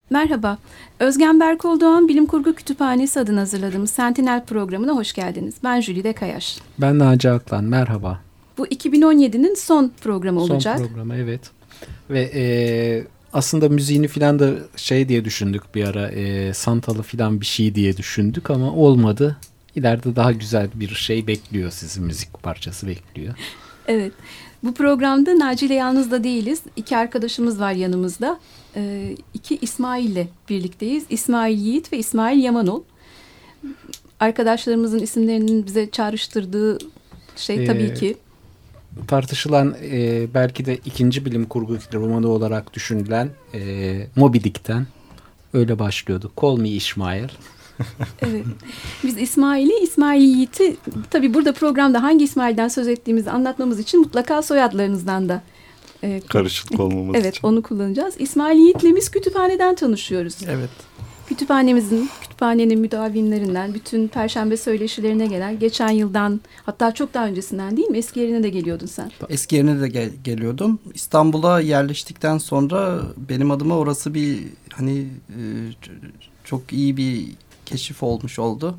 Merhaba, Özgen Berkol Doğan Bilim Kurgu Kütüphanesi adına hazırladığımız Sentinel programına hoş geldiniz. Ben Jülide Kayaş. Ben Naci Aklan, merhaba. Bu 2017'nin son programı olacak. Son programı, evet. Ve aslında müziğini falan da şey diye düşündük bir ara, Santalı falan bir şey diye düşündük ama olmadı. İleride daha güzel bir şey bekliyor sizi, müzik parçası bekliyor. Evet, bu programda Naci ile yalnız da değiliz. İki arkadaşımız var yanımızda. İki İsmail ile birlikteyiz. İsmail Yiğit ve İsmail Yamanol. Arkadaşlarımızın isimlerinin bize çağrıştırdığı şey tabii ki. Tartışılan belki de ikinci bilim kurgu romanı olarak düşünülen Moby Dick'ten öyle başlıyordu. Call Me İsmail. Evet. Biz İsmail Yiğit'i tabii burada programda hangi İsmail'den söz ettiğimizi anlatmamız için mutlaka soyadlarınızdan da karışıklık olmaması için. Evet, onu kullanacağız. İsmail Yiğit'le biz kütüphaneden tanışıyoruz. Evet. Kütüphanenin müdavimlerinden, bütün Perşembe söyleşilerine gelen, geçen yıldan, hatta çok daha öncesinden değil mi? Eski yerine de geliyordun sen. Eski yerine de geliyordum. İstanbul'a yerleştikten sonra benim adıma orası bir çok iyi bir keşif olmuş oldu.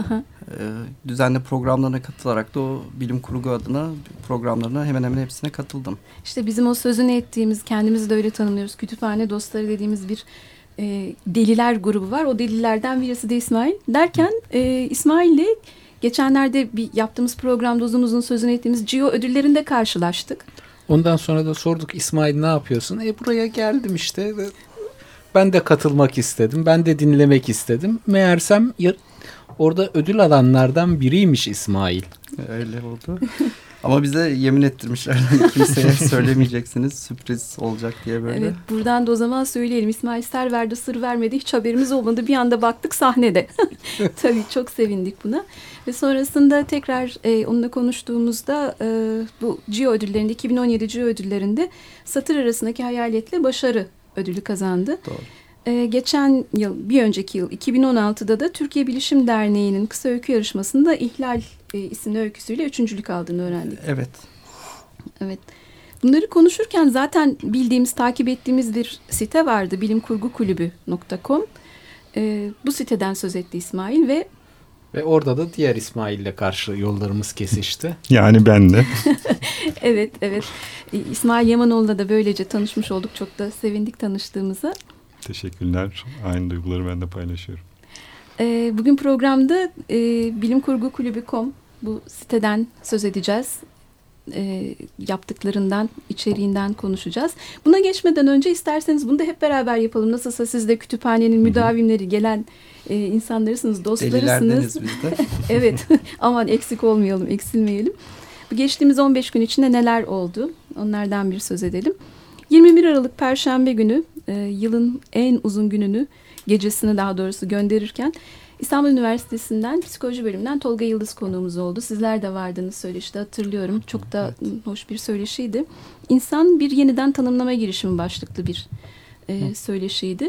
Düzenli programlarına katılarak da o bilim kurgu adına programlarına hemen hemen hepsine katıldım. İşte bizim o sözünü ettiğimiz, kendimizi de öyle tanımlıyoruz. Kütüphane dostları dediğimiz bir deliler grubu var. O delilerden birisi de İsmail. Derken İsmail'le geçenlerde bir yaptığımız programda uzun uzun sözünü ettiğimiz GEO ödüllerinde karşılaştık. Ondan sonra da sorduk, İsmail ne yapıyorsun? Buraya geldim işte. Ben de katılmak istedim. Ben de dinlemek istedim. Meğersem orada ödül alanlardan biriymiş İsmail. Öyle oldu. Ama bize yemin ettirmişler. Kimseye söylemeyeceksiniz. Sürpriz olacak diye böyle. Evet, buradan da o zaman söyleyelim. İsmail ser verdi, sır vermedi. Hiç haberimiz olmadı. Bir anda baktık sahnede. Tabii çok sevindik buna. Ve sonrasında tekrar onunla konuştuğumuzda bu GEO ödüllerinde, 2017 GEO ödüllerinde satır arasındaki hayaletle başarı ödülü kazandı. Doğru. Geçen yıl, bir önceki yıl 2016'da da Türkiye Bilişim Derneği'nin kısa öykü yarışmasında İhlal isimli öyküsüyle üçüncülük aldığını öğrendik. Evet. Evet. Bunları konuşurken zaten bildiğimiz, takip ettiğimiz bir site vardı. bilimkurgukulübü.com. Bu siteden söz etti İsmail ve orada da diğer İsmail'le karşı yollarımız kesişti. Yani ben de. Evet. İsmail Yamanoğlu'la da böylece tanışmış olduk. Çok da sevindik tanıştığımıza. Teşekkürler. Aynı duyguları ben de paylaşıyorum. Bugün programda bilimkurgukulübü.com bu siteden söz edeceğiz. Yaptıklarından, içeriğinden konuşacağız. Buna geçmeden önce isterseniz bunu da hep beraber yapalım. Nasılsa siz de kütüphanenin müdavimleri, gelen insanlarısınız, dostlarısınız. Delilerdeniz biz de. Evet, aman eksik olmayalım, eksilmeyelim. Bu geçtiğimiz 15 gün içinde neler oldu? Onlardan bir söz edelim. 21 Aralık Perşembe günü, yılın en uzun gününü, gecesini daha doğrusu gönderirken İstanbul Üniversitesi'nden psikoloji bölümünden Tolga Yıldız konuğumuz oldu. Sizler de vardınız söyleşide, hatırlıyorum. Çok da hoş bir söyleşiydi. İnsan bir yeniden tanımlama girişimi başlıklı bir söyleşiydi.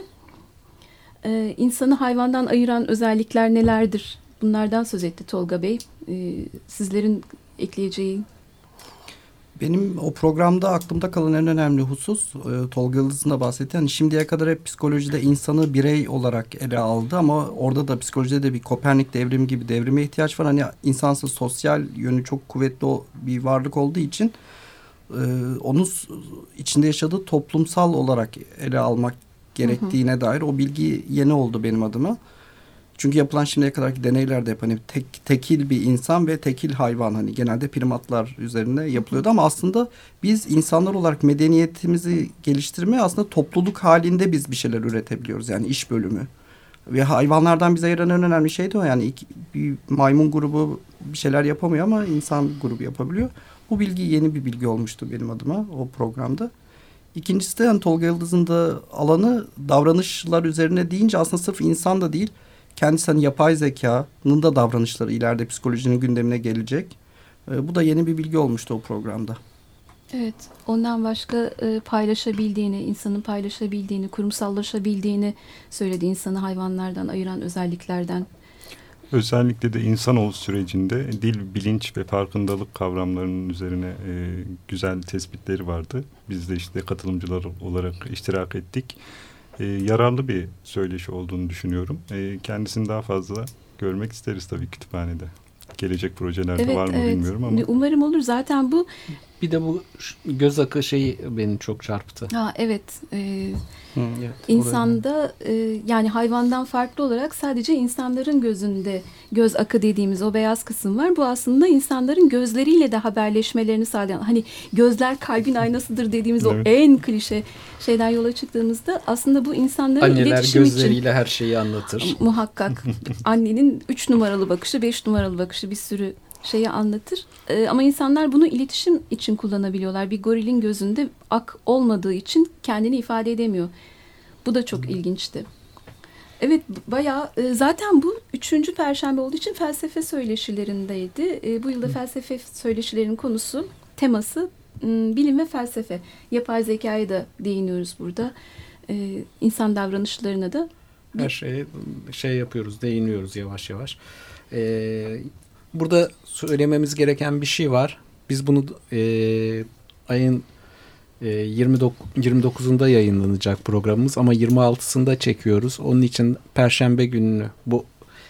İnsanı hayvandan ayıran özellikler nelerdir? Bunlardan söz etti Tolga Bey. Sizlerin ekleyeceği... Benim o programda aklımda kalan en önemli husus Tolga Yıldız'ın da bahsettiği. Yani şimdiye kadar hep psikolojide insanı birey olarak ele aldı ama orada da psikolojide de bir Kopernik devrimi gibi devrime ihtiyaç var. Hani insansız sosyal yönü çok kuvvetli bir varlık olduğu için onun içinde yaşadığı toplumsal olarak ele almak gerektiğine dair o bilgi yeni oldu benim adıma. Çünkü yapılan şimdiye kadarki deneylerde hep hani tekil bir insan ve tekil hayvan, hani genelde primatlar üzerine yapılıyordu ama aslında biz insanlar olarak medeniyetimizi geliştirmeye aslında topluluk halinde biz bir şeyler üretebiliyoruz, yani iş bölümü. Ve hayvanlardan bize ayıran en önemli şey de o, yani bir maymun grubu bir şeyler yapamıyor ama insan grubu yapabiliyor. Bu bilgi yeni bir bilgi olmuştu benim adıma o programda. İkincisi de hani Tolga Yıldız'ın da alanı davranışlar üzerine deyince aslında sırf insan da değil, kendisi hani yapay zekanın da davranışları ileride psikolojinin gündemine gelecek. Bu da yeni bir bilgi olmuştu o programda. Evet, ondan başka paylaşabildiğini, insanın paylaşabildiğini, kurumsallaşabildiğini söyledi. İnsanı hayvanlardan ayıran özelliklerden. Özellikle de insanoğlu sürecinde dil, bilinç ve farkındalık kavramlarının üzerine güzel tespitleri vardı. Biz de işte katılımcılar olarak iştirak ettik. yararlı bir söyleşi olduğunu düşünüyorum. Kendisini daha fazla görmek isteriz tabii kütüphanede. Gelecek projelerde var mı bilmiyorum ama. Umarım olur. Zaten bu... Bir de bu göz akı şeyi beni çok çarptı. Evet. Evet, İnsanda yani hayvandan farklı olarak sadece insanların gözünde göz akı dediğimiz o beyaz kısım var. Bu aslında insanların gözleriyle de haberleşmelerini sağlayan, hani gözler kalbin aynasıdır dediğimiz o en klişe şeyden yola çıktığımızda aslında bu insanların anneler iletişim için. gözleriyle her şeyi anlatır. Muhakkak. Annenin 3 numaralı bakışı, 5 numaralı bakışı bir sürü şeyi anlatır. Ama insanlar bunu iletişim için kullanabiliyorlar. Bir gorilin gözünde ak olmadığı için kendini ifade edemiyor. Bu da çok ilginçti. Evet, bayağı zaten bu 3. Perşembe olduğu için felsefe söyleşilerindeydi. Bu yılda felsefe söyleşilerinin teması bilim ve felsefe. Yapay zekaya da değiniyoruz burada. İnsan davranışlarına da. Her şeye yapıyoruz, değiniyoruz yavaş yavaş. Burada söylememiz gereken bir şey var. Biz bunu ayın 29'unda yayınlanacak programımız ama 26'sında çekiyoruz. Onun için Perşembe gününü bu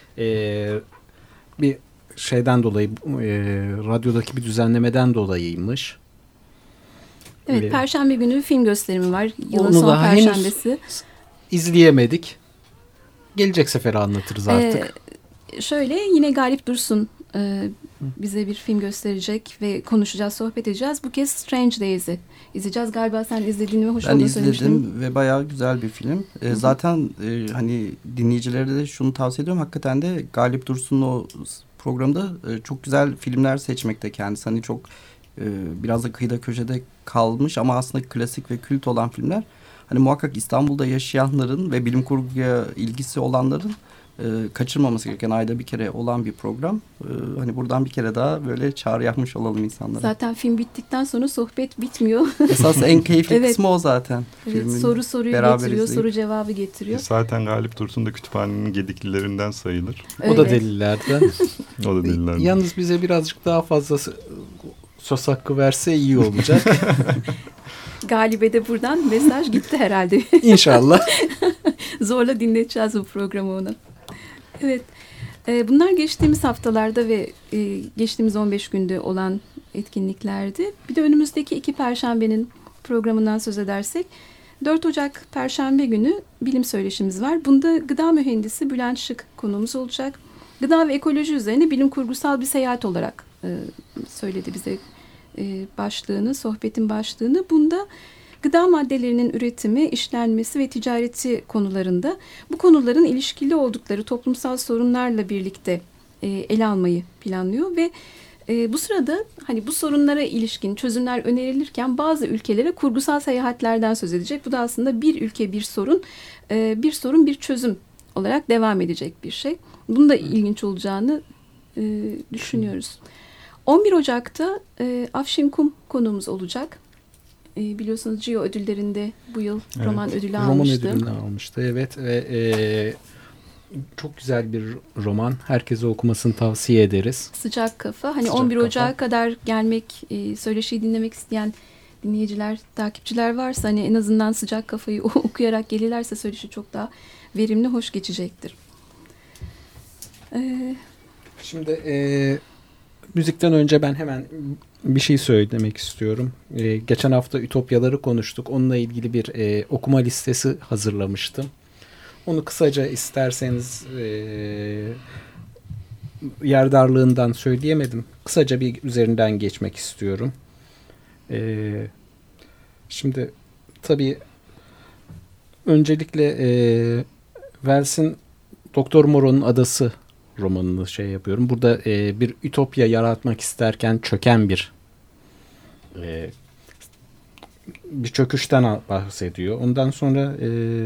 bir şeyden dolayı radyodaki bir düzenlemeden dolayıymış. Evet, Perşembe günü film gösterimi var. Yılın son Perşembesi. İzleyemedik. Gelecek sefere anlatırız artık. Şöyle yine Galip Dursun bize bir film gösterecek ve konuşacağız, sohbet edeceğiz. Bu kez Strange Days'i izleyeceğiz. Galiba sen izlediğini ve hoş olduğunu söylemiştin. Ben izledim ve bayağı güzel bir film. Zaten hani dinleyicilere de şunu tavsiye ediyorum. Hakikaten de Galip Dursun'un o programda çok güzel filmler seçmekte kendisi. Hani çok biraz da kıyıda köşede kalmış ama aslında klasik ve kült olan filmler. Hani muhakkak İstanbul'da yaşayanların ve bilim kurguya ilgisi olanların kaçırmaması gereken ayda bir kere olan bir program. Hani buradan bir kere daha böyle çağrı yapmış olalım insanlara. Zaten film bittikten sonra sohbet bitmiyor. Esas en keyifli kısmı o zaten. Evet, soruyu getiriyor, soru cevabı getiriyor. Zaten Galip Dursun da kütüphanenin gediklilerinden sayılır. Öyle. O da delillerden. O da delillerden. Yalnız bize birazcık daha fazla söz hakkı verse iyi olacak. Galibe de buradan mesaj gitti herhalde. İnşallah. Zorla dinleteceğiz bu programı ona. Evet, bunlar geçtiğimiz haftalarda ve geçtiğimiz 15 günde olan etkinliklerdi. Bir de önümüzdeki 2 Perşembenin programından söz edersek, 4 Ocak Perşembe günü bilim söyleşimiz var. Bunda gıda mühendisi Bülent Şık konuğumuz olacak. Gıda ve ekoloji üzerine bilim kurgusal bir seyahat olarak söyledi bize sohbetin başlığını. Bunda gıda maddelerinin üretimi, işlenmesi ve ticareti konularında bu konuların ilişkili oldukları toplumsal sorunlarla birlikte ele almayı planlıyor ve bu sırada hani bu sorunlara ilişkin çözümler önerilirken bazı ülkelere kurgusal seyahatlerden söz edecek. Bu da aslında bir ülke bir sorun bir çözüm olarak devam edecek bir şey. Bunun da ilginç olacağını düşünüyoruz. 11 Ocak'ta Afşin Kum konuğumuz olacak. Biliyorsunuz Geo ödüllerinde bu yıl roman ödülü almıştı. Roman ödülünü almıştı, evet. Ve çok güzel bir roman. Herkese okumasını tavsiye ederiz. Sıcak Kafa. Hani 11 Ocak'a kadar gelmek, söyleşiyi dinlemek isteyen dinleyiciler, takipçiler varsa hani en azından Sıcak Kafa'yı okuyarak gelirlerse söyleşi çok daha verimli, hoş geçecektir. Şimdi müzikten önce ben hemen bir şey söylemek istiyorum. Geçen hafta Ütopyaları konuştuk. Onunla ilgili bir okuma listesi hazırlamıştım. Onu kısaca isterseniz yer darlığından söyleyemedim. Kısaca bir üzerinden geçmek istiyorum. Şimdi tabii öncelikle Wells'in Doktor Moreau'nun Adası romanını yapıyorum. Burada bir ütopya yaratmak isterken çöken bir çöküşten bahsediyor. Ondan sonra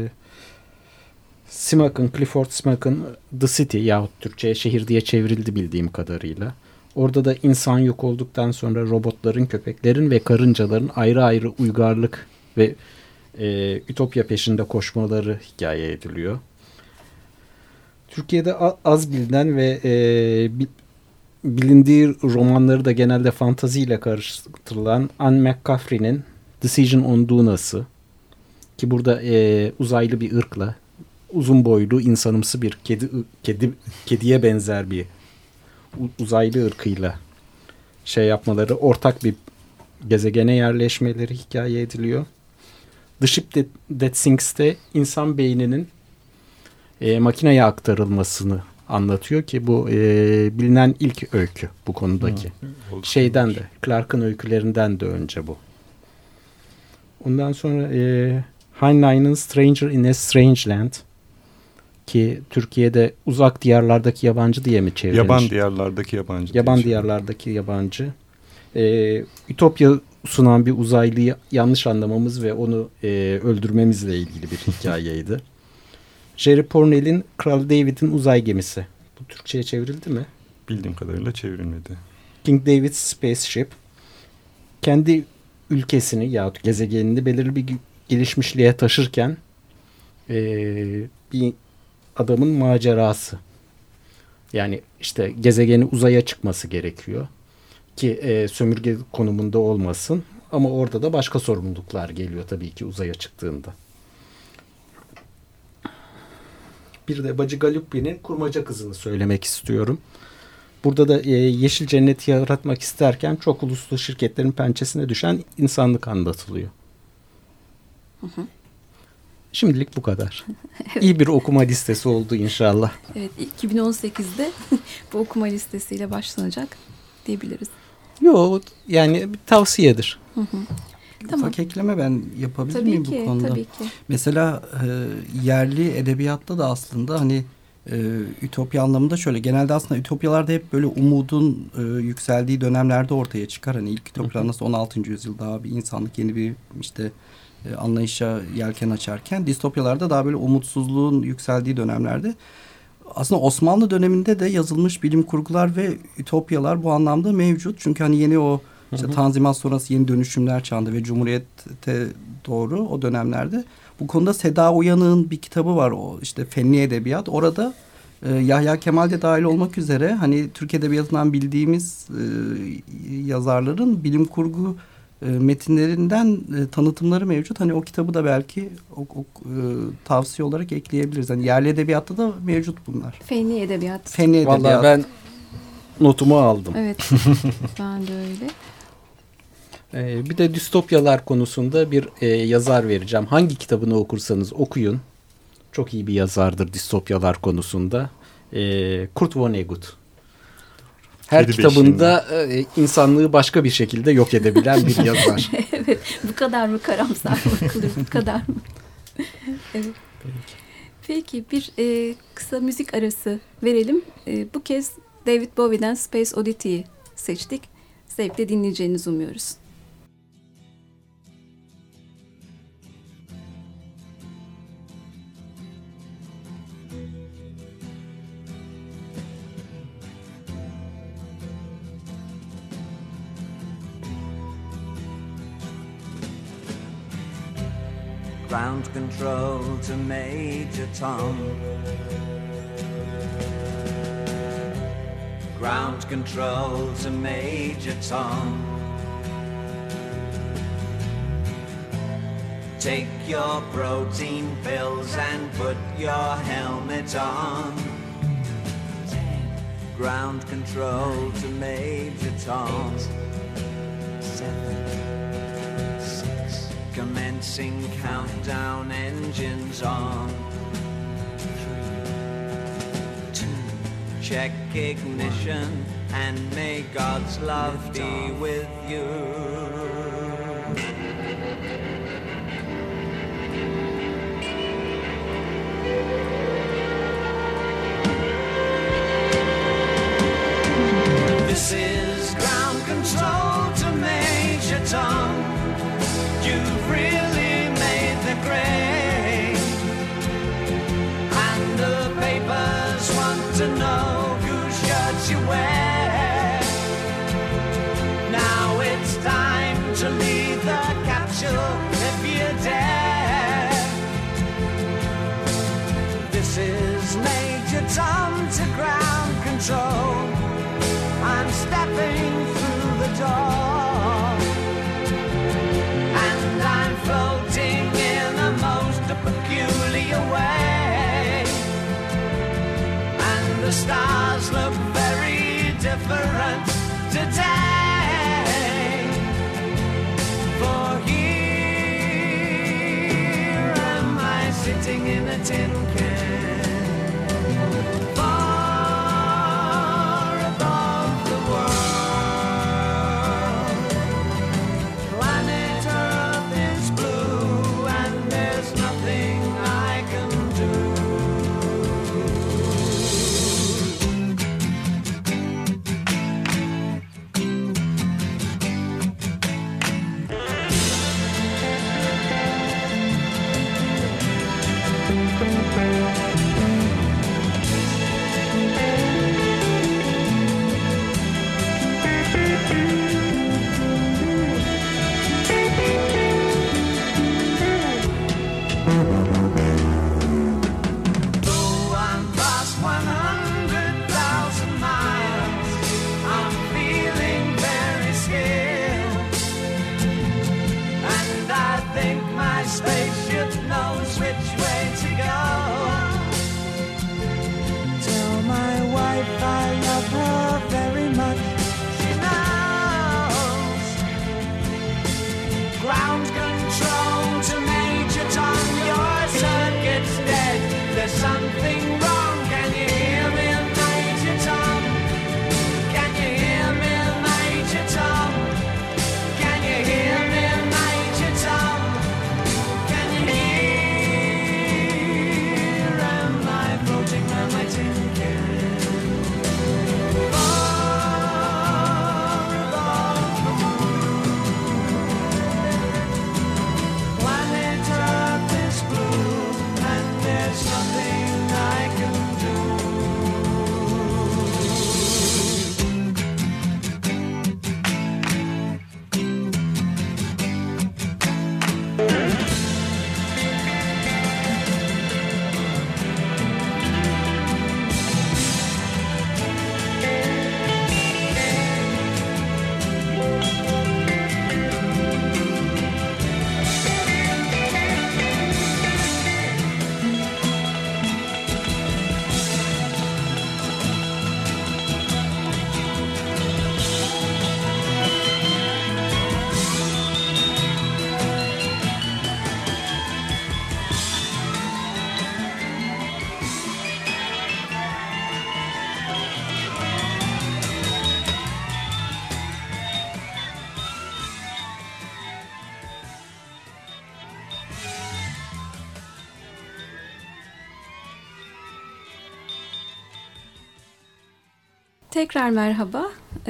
Clifford Simak'ın The City yahut Türkçe'ye şehir diye çevrildi bildiğim kadarıyla. Orada da insan yok olduktan sonra robotların, köpeklerin ve karıncaların ayrı ayrı uygarlık ve ütopya peşinde koşmaları hikaye ediliyor. Türkiye'de az bilinen ve bilindiği romanları da genelde fantaziyle karıştırılan Anne McCaffrey'nin Decision on Dunas'ı, ki burada uzaylı bir ırkla uzun boylu insanımsı bir kediye benzer bir uzaylı ırkıyla şey yapmaları, ortak bir gezegene yerleşmeleri hikaye ediliyor. The Ship That Sinks'te insan beyninin makineye aktarılmasını anlatıyor ki bu bilinen ilk öykü bu konudaki. Şeyden de, Clarke'ın öykülerinden de önce bu. Ondan sonra Heinlein'in Stranger in a Strange Land ki Türkiye'de Uzak Diyarlardaki Yabancı diye mi çevrilmiş? Yaban Diyarlardaki Yabancı. Yaban Diyarlardaki Yabancı. Ütopya sunan bir uzaylıyı yanlış anlamamız ve onu öldürmemizle ilgili bir hikayeydi. Jerry Pournelle'in Kral David'in Uzay Gemisi. Bu Türkçe'ye çevrildi mi? Bildiğim kadarıyla çevrilmedi. King David's Spaceship. Kendi ülkesini yahut gezegenini belirli bir gelişmişliğe taşırken bir adamın macerası. Yani işte gezegeni uzaya çıkması gerekiyor. Ki sömürge konumunda olmasın. Ama orada da başka sorumluluklar geliyor tabii ki uzaya çıktığında. Bir de Bacı Galuppi'nin Kurmaca Kızı'nı söylemek istiyorum. Burada da yeşil cenneti yaratmak isterken çok uluslu şirketlerin pençesine düşen insanlık anlatılıyor. Hı hı. Şimdilik bu kadar. Evet. İyi bir okuma listesi oldu inşallah. Evet, 2018'de bu okuma listesiyle başlanacak diyebiliriz. Yok, yani bir tavsiyedir. Hı hı. Tamam. Ufak ekleme ben yapabilir tabii miyim ki, bu konuda? Tabii ki. Mesela yerli edebiyatta da aslında hani ütopya anlamında şöyle, genelde aslında ütopyalarda hep böyle umudun yükseldiği dönemlerde ortaya çıkar. Hani ilk ütopyalar nasıl 16. yüzyılda daha bir insanlık yeni bir işte anlayışa yelken açarken, distopyalarda daha böyle umutsuzluğun yükseldiği dönemlerde. Aslında Osmanlı döneminde de yazılmış bilim kurgular ve ütopyalar bu anlamda mevcut. Çünkü hani yeni o işte Tanzimat sonrası yeni dönüşümler çağında ve Cumhuriyet'e doğru o dönemlerde. Bu konuda Seda Uyanık'ın bir kitabı var, o işte Fenli Edebiyat. Orada Yahya Kemal de dahil olmak üzere hani Türk Edebiyatı'ndan bildiğimiz yazarların bilim kurgu metinlerinden tanıtımları mevcut. Hani o kitabı da belki tavsiye olarak ekleyebiliriz. Hani yerli edebiyatta da mevcut bunlar. Fenli Edebiyat. Fenli Edebiyat. Vallahi ben notumu aldım. Evet. Ben de öyle. Bir de distopyalar konusunda bir yazar vereceğim. Hangi kitabını okursanız okuyun. Çok iyi bir yazardır distopyalar konusunda. Kurt Vonnegut. Her Kedi kitabında insanlığı başka bir şekilde yok edebilen bir yazar. Evet. Bu kadar mı karamsar bakılır? Bu kadar mı? Evet. Peki bir kısa müzik arası verelim. Bu kez David Bowie'den Space Oddity'yi seçtik. Zevkle dinleyeceğinizi umuyoruz. Ground control to Major Tom. Ground control to Major Tom. Take your protein pills and put your helmet on. Ground control to Major Tom. 8, 7, 6. Commencing countdown, engines on. 3, 2. Check ignition and may God's love be with you. This is ground control to Major Tom. You've really made the grade, and the papers want to know whose shirts you wear. Now it's time to leave the capsule if you dare. This is Major Tom to ground control. I'm stepping through the door, and I'm floating in a the stars look very different today. For here am I sitting in a tin can, far above the world. Planet Earth is blue and there's nothing I can do. Though I'm past 100,000 miles, I'm feeling very scared. And I think my spaceship knows which way to go. Tell my wife I love her very much. She knows. Ground control to Major Tom, your circuit's dead. There's something wrong. Can you hear me, Major Tom? Can you hear me, Major Tom? Can you hear me, Major Tom? Can you hear? Am I floating on my tin can? Far above the moon. Planet Earth is blue and there's nothing I can do. Tekrar merhaba.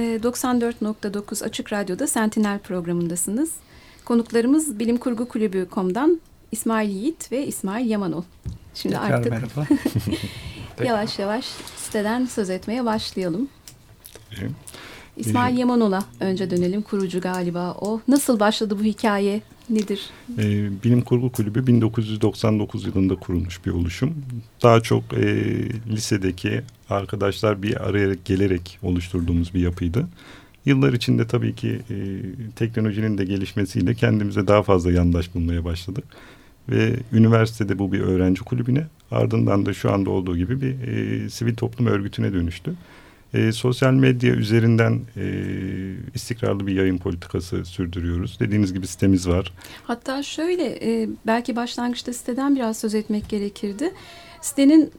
94.9 Açık Radyo'da Sentinel programındasınız. Konuklarımız bilimkurgukulübü.com'dan İsmail Yiğit ve İsmail Yamanol. Şimdi Tekrar artık merhaba. yavaş yavaş siteden söz etmeye başlayalım. Tabii. İsmail Yamanol'a önce dönelim. Kurucu galiba o. Nasıl başladı bu hikaye? Nedir? Bilim Kurgu Kulübü 1999 yılında kurulmuş bir oluşum. Daha çok lisedeki arkadaşlar bir araya gelerek oluşturduğumuz bir yapıydı. Yıllar içinde tabii ki teknolojinin de gelişmesiyle kendimize daha fazla yandaş bulmaya başladık. Ve üniversitede bu bir öğrenci kulübüne, ardından da şu anda olduğu gibi bir sivil toplum örgütüne dönüştü. Sosyal medya üzerinden istikrarlı bir yayın politikası sürdürüyoruz. Dediğiniz gibi sitemiz var. Hatta şöyle belki başlangıçta siteden biraz söz etmek gerekirdi. Sitenin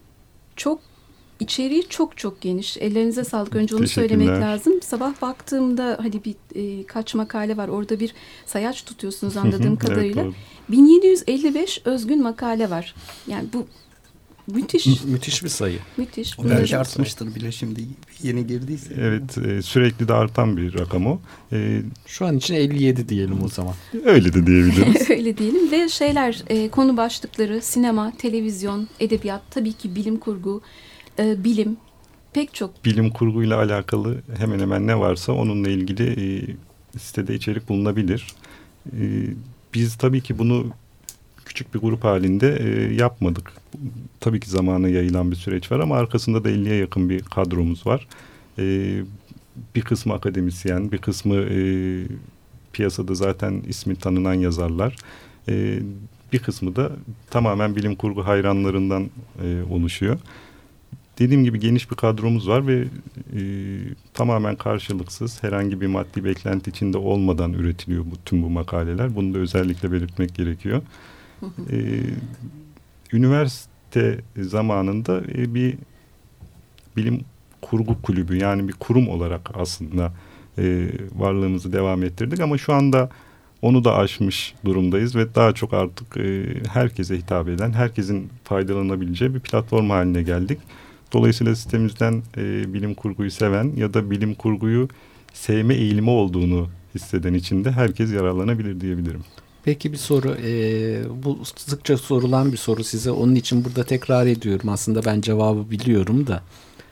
içeriği çok geniş. Ellerinize sağlık. Önce onu söylemek lazım. Sabah baktığımda hani kaç makale var. Orada bir sayaç tutuyorsunuz anladığım kadarıyla. Evet, 1755 özgün makale var. Yani bu müthiş. Müthiş bir sayı. Müthiş. O belki artmıştır bile şimdi yeni girdiyse. Evet, sürekli de artan bir rakam o. Şu an için 57 diyelim o zaman. Öyle de diyebiliriz. Öyle diyelim ve konu başlıkları sinema, televizyon, edebiyat, tabii ki bilim kurgu, bilim, pek çok. Bilim kurguyla alakalı hemen hemen ne varsa onunla ilgili sitede içerik bulunabilir. Biz tabii ki bunu küçük bir grup halinde yapmadık. Tabii ki zamana yayılan bir süreç var ama arkasında da 50'ye yakın bir kadromuz var. Bir kısmı akademisyen, bir kısmı piyasada zaten ismi tanınan yazarlar. Bir kısmı da tamamen bilim kurgu hayranlarından oluşuyor. dediğim gibi geniş bir kadromuz var ve tamamen karşılıksız, herhangi bir maddi beklenti içinde olmadan üretiliyor tüm bu makaleler. Bunu da özellikle belirtmek gerekiyor. Üniversite zamanında bir bilim kurgu kulübü, yani bir kurum olarak aslında varlığımızı devam ettirdik ama şu anda onu da aşmış durumdayız ve daha çok artık herkese hitap eden, herkesin faydalanabileceği bir platform haline geldik. Dolayısıyla sitemizden bilim kurguyu seven ya da bilim kurguyu sevme eğilimi olduğunu hisseden için de herkes yararlanabilir diyebilirim. Peki bir soru, bu sıkça sorulan bir soru size, onun için burada tekrar ediyorum. Aslında ben cevabı biliyorum da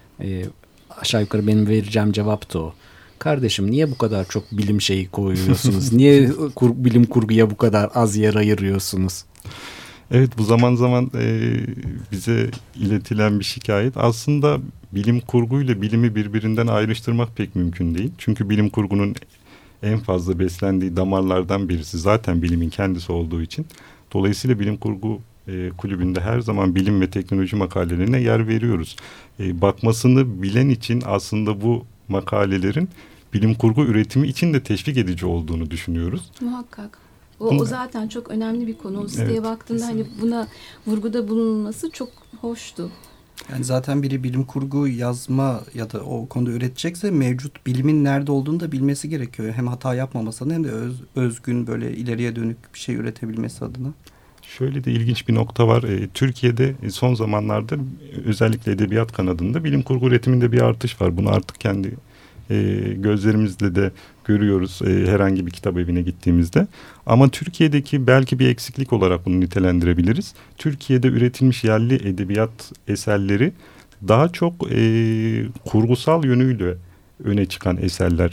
aşağı yukarı benim vereceğim cevap da o. Kardeşim, niye bu kadar çok bilim şeyi koyuyorsunuz? Niye bilim kurguya bu kadar az yer ayırıyorsunuz? Evet, bu zaman zaman bize iletilen bir şikayet. Aslında bilim kurguyla bilimi birbirinden ayrıştırmak pek mümkün değil. Çünkü bilim kurgunun en fazla beslendiği damarlardan birisi zaten bilimin kendisi olduğu için. Dolayısıyla bilim kurgu kulübünde her zaman bilim ve teknoloji makalelerine yer veriyoruz. Bakmasını bilen için aslında bu makalelerin bilim kurgu üretimi için de teşvik edici olduğunu düşünüyoruz. Muhakkak. O zaten çok önemli bir konu. O siteye baktığında hani buna vurguda bulunması çok hoştu. Yani zaten biri bilim kurgu yazma ya da o konuda üretecekse mevcut bilimin nerede olduğunu da bilmesi gerekiyor. Hem hata yapmaması hem de özgün, böyle ileriye dönük bir şey üretebilmesi adına. Şöyle de ilginç bir nokta var. Türkiye'de son zamanlarda özellikle edebiyat kanadında bilim kurgu üretiminde bir artış var. Bunu artık kendi gözlerimizle de görüyoruz herhangi bir kitap evine gittiğimizde. Ama Türkiye'deki belki bir eksiklik olarak bunu nitelendirebiliriz. Türkiye'de üretilmiş yerli edebiyat eserleri daha çok kurgusal yönüyle öne çıkan eserler.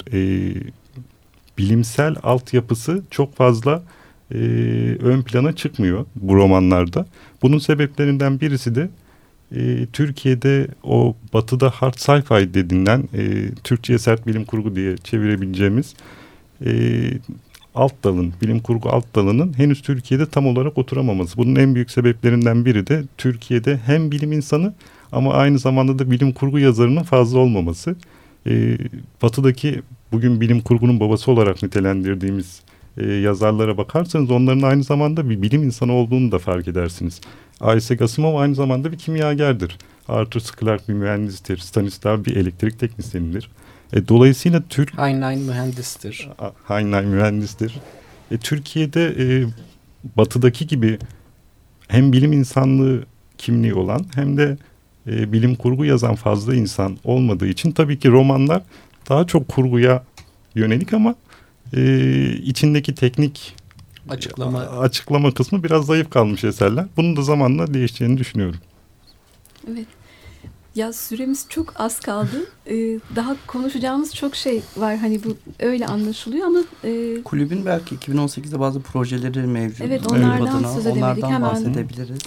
Bilimsel altyapısı çok fazla ön plana çıkmıyor bu romanlarda. Bunun sebeplerinden birisi de Türkiye'de o batıda hard sci-fi denilen Türkçe'ye sert bilim kurgu diye çevirebileceğimiz alt dalın, bilim kurgu alt dalının henüz Türkiye'de tam olarak oturamaması. Bunun en büyük sebeplerinden biri de Türkiye'de hem bilim insanı ama aynı zamanda da bilim kurgu yazarının fazla olmaması. Batıdaki bugün bilim kurgunun babası olarak nitelendirdiğimiz yazarlara bakarsanız onların aynı zamanda bir bilim insanı olduğunu da fark edersiniz. Isaac Asimov aynı zamanda bir kimyagerdir. Arthur C. Clarke bir mühendistir. Stanislav bir elektrik teknisyenidir. Dolayısıyla Heinlein mühendistir. Heinlein mühendistir. Türkiye'de batıdaki gibi hem bilim insanlığı kimliği olan hem de bilim kurgu yazan fazla insan olmadığı için tabii ki romanlar daha çok kurguya yönelik ama içindeki teknik açıklama kısmı biraz zayıf kalmış eserler. Bunun da zamanla değişeceğini düşünüyorum. Evet. Ya süremiz çok az kaldı. Daha konuşacağımız çok şey var. Hani bu öyle anlaşılıyor ama... Kulübün belki 2018'de bazı projeleri mevcut. Evet, onlardan söz edemedik. Onlardan hemen bahsedebiliriz.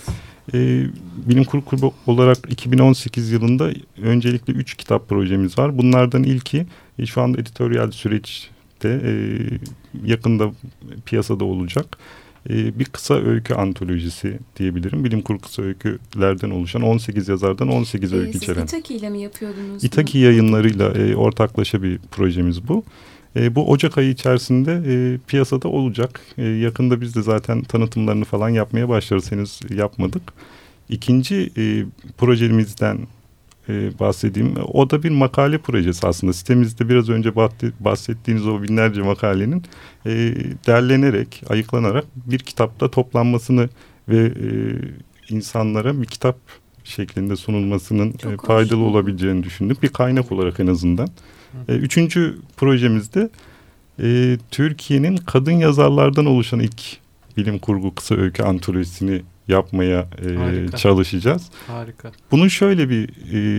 Bilim kurgu kulübü olarak 2018 yılında öncelikle 3 kitap projemiz var. Bunlardan ilki şu anda editoryal süreçte yakında piyasada olacak. Bir kısa öykü antolojisi diyebilirim. Bilim kurgu kısa öykülerden oluşan 18 yazardan 18 öykü içeren. Siz İtaki ile mi yapıyordunuz? İtaki yayınlarıyla ortaklaşa bir projemiz bu. Bu Ocak ayı içerisinde piyasada olacak. Yakında biz de zaten tanıtımlarını falan yapmaya başlarız. Henüz yapmadık. İkinci projemizden bahsedeyim. O da bir makale projesi aslında. Sitemizde biraz önce bahsettiğiniz o binlerce makalenin derlenerek, ayıklanarak bir kitapta toplanmasını ve insanlara bir kitap şeklinde sunulmasının faydalı olabileceğini düşündük. Bir kaynak olarak en azından. Üçüncü projemizde Türkiye'nin kadın yazarlardan oluşan ilk bilim kurgu kısa öykü antolojisini yapmaya çalışacağız. Harika. Bunun şöyle bir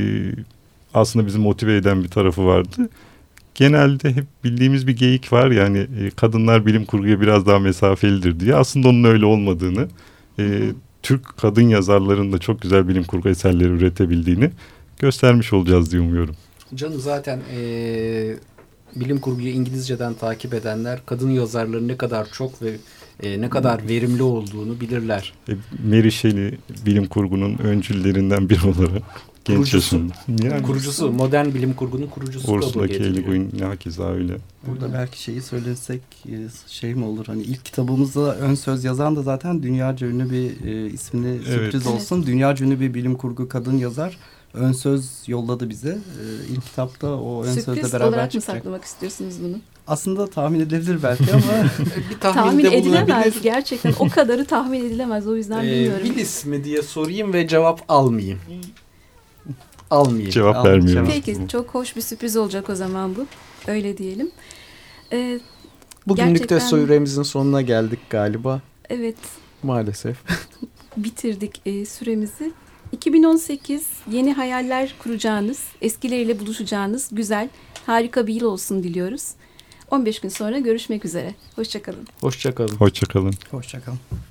aslında bizi motive eden bir tarafı vardı. Genelde hep bildiğimiz bir geyik var, yani kadınlar bilim kurguya biraz daha mesafelidir diye. Aslında onun öyle olmadığını, Türk kadın yazarların da çok güzel bilim kurgu eserleri üretebildiğini göstermiş olacağız diye umuyorum. Canım zaten bilim kurguyu İngilizceden takip edenler kadın yazarların ne kadar çok ve ne kadar verimli olduğunu bilirler. Mary Shelley bilim kurgunun öncüllerinden biri olarak genç Kurucusu. yaşında. Yani Kurucusu, modern bilim kurgunun kurucusu Ursula kabul K. Le ediliyor. Guin hakeza öyle. Burada belki şeyi söylesek şey mi olur? Hani ilk kitabımızda ön söz yazan da zaten dünyaca ünlü bir ismini sürpriz olsun. Dünyaca ünlü bir bilim kurgu kadın yazar. Ön söz yolladı bize. İlk kitapta o ön sözle Sürpriz beraber olarak mı çıkacak. saklamak istiyorsunuz bunu? Aslında tahmin edilebilir belki ama Bir Tahmin tahminde edilemez. bulunabilir. Gerçekten o kadarı tahmin edilemez. O yüzden bilmiyorum. Willis mi diye sorayım ve cevap almayayım. Almayayım. Cevap vermiyorum. Peki, çok hoş bir sürpriz olacak o zaman bu. Öyle diyelim. Bugünlük de Gerçekten- süremizin sonuna geldik galiba. Evet, Maalesef. bitirdik süremizi. 2018 yeni hayaller kuracağınız, eskileriyle buluşacağınız güzel, harika bir yıl olsun diliyoruz. 15 gün sonra görüşmek üzere. Hoşça kalın. Hoşça kalın. Hoşça kalın. hoşça kalın.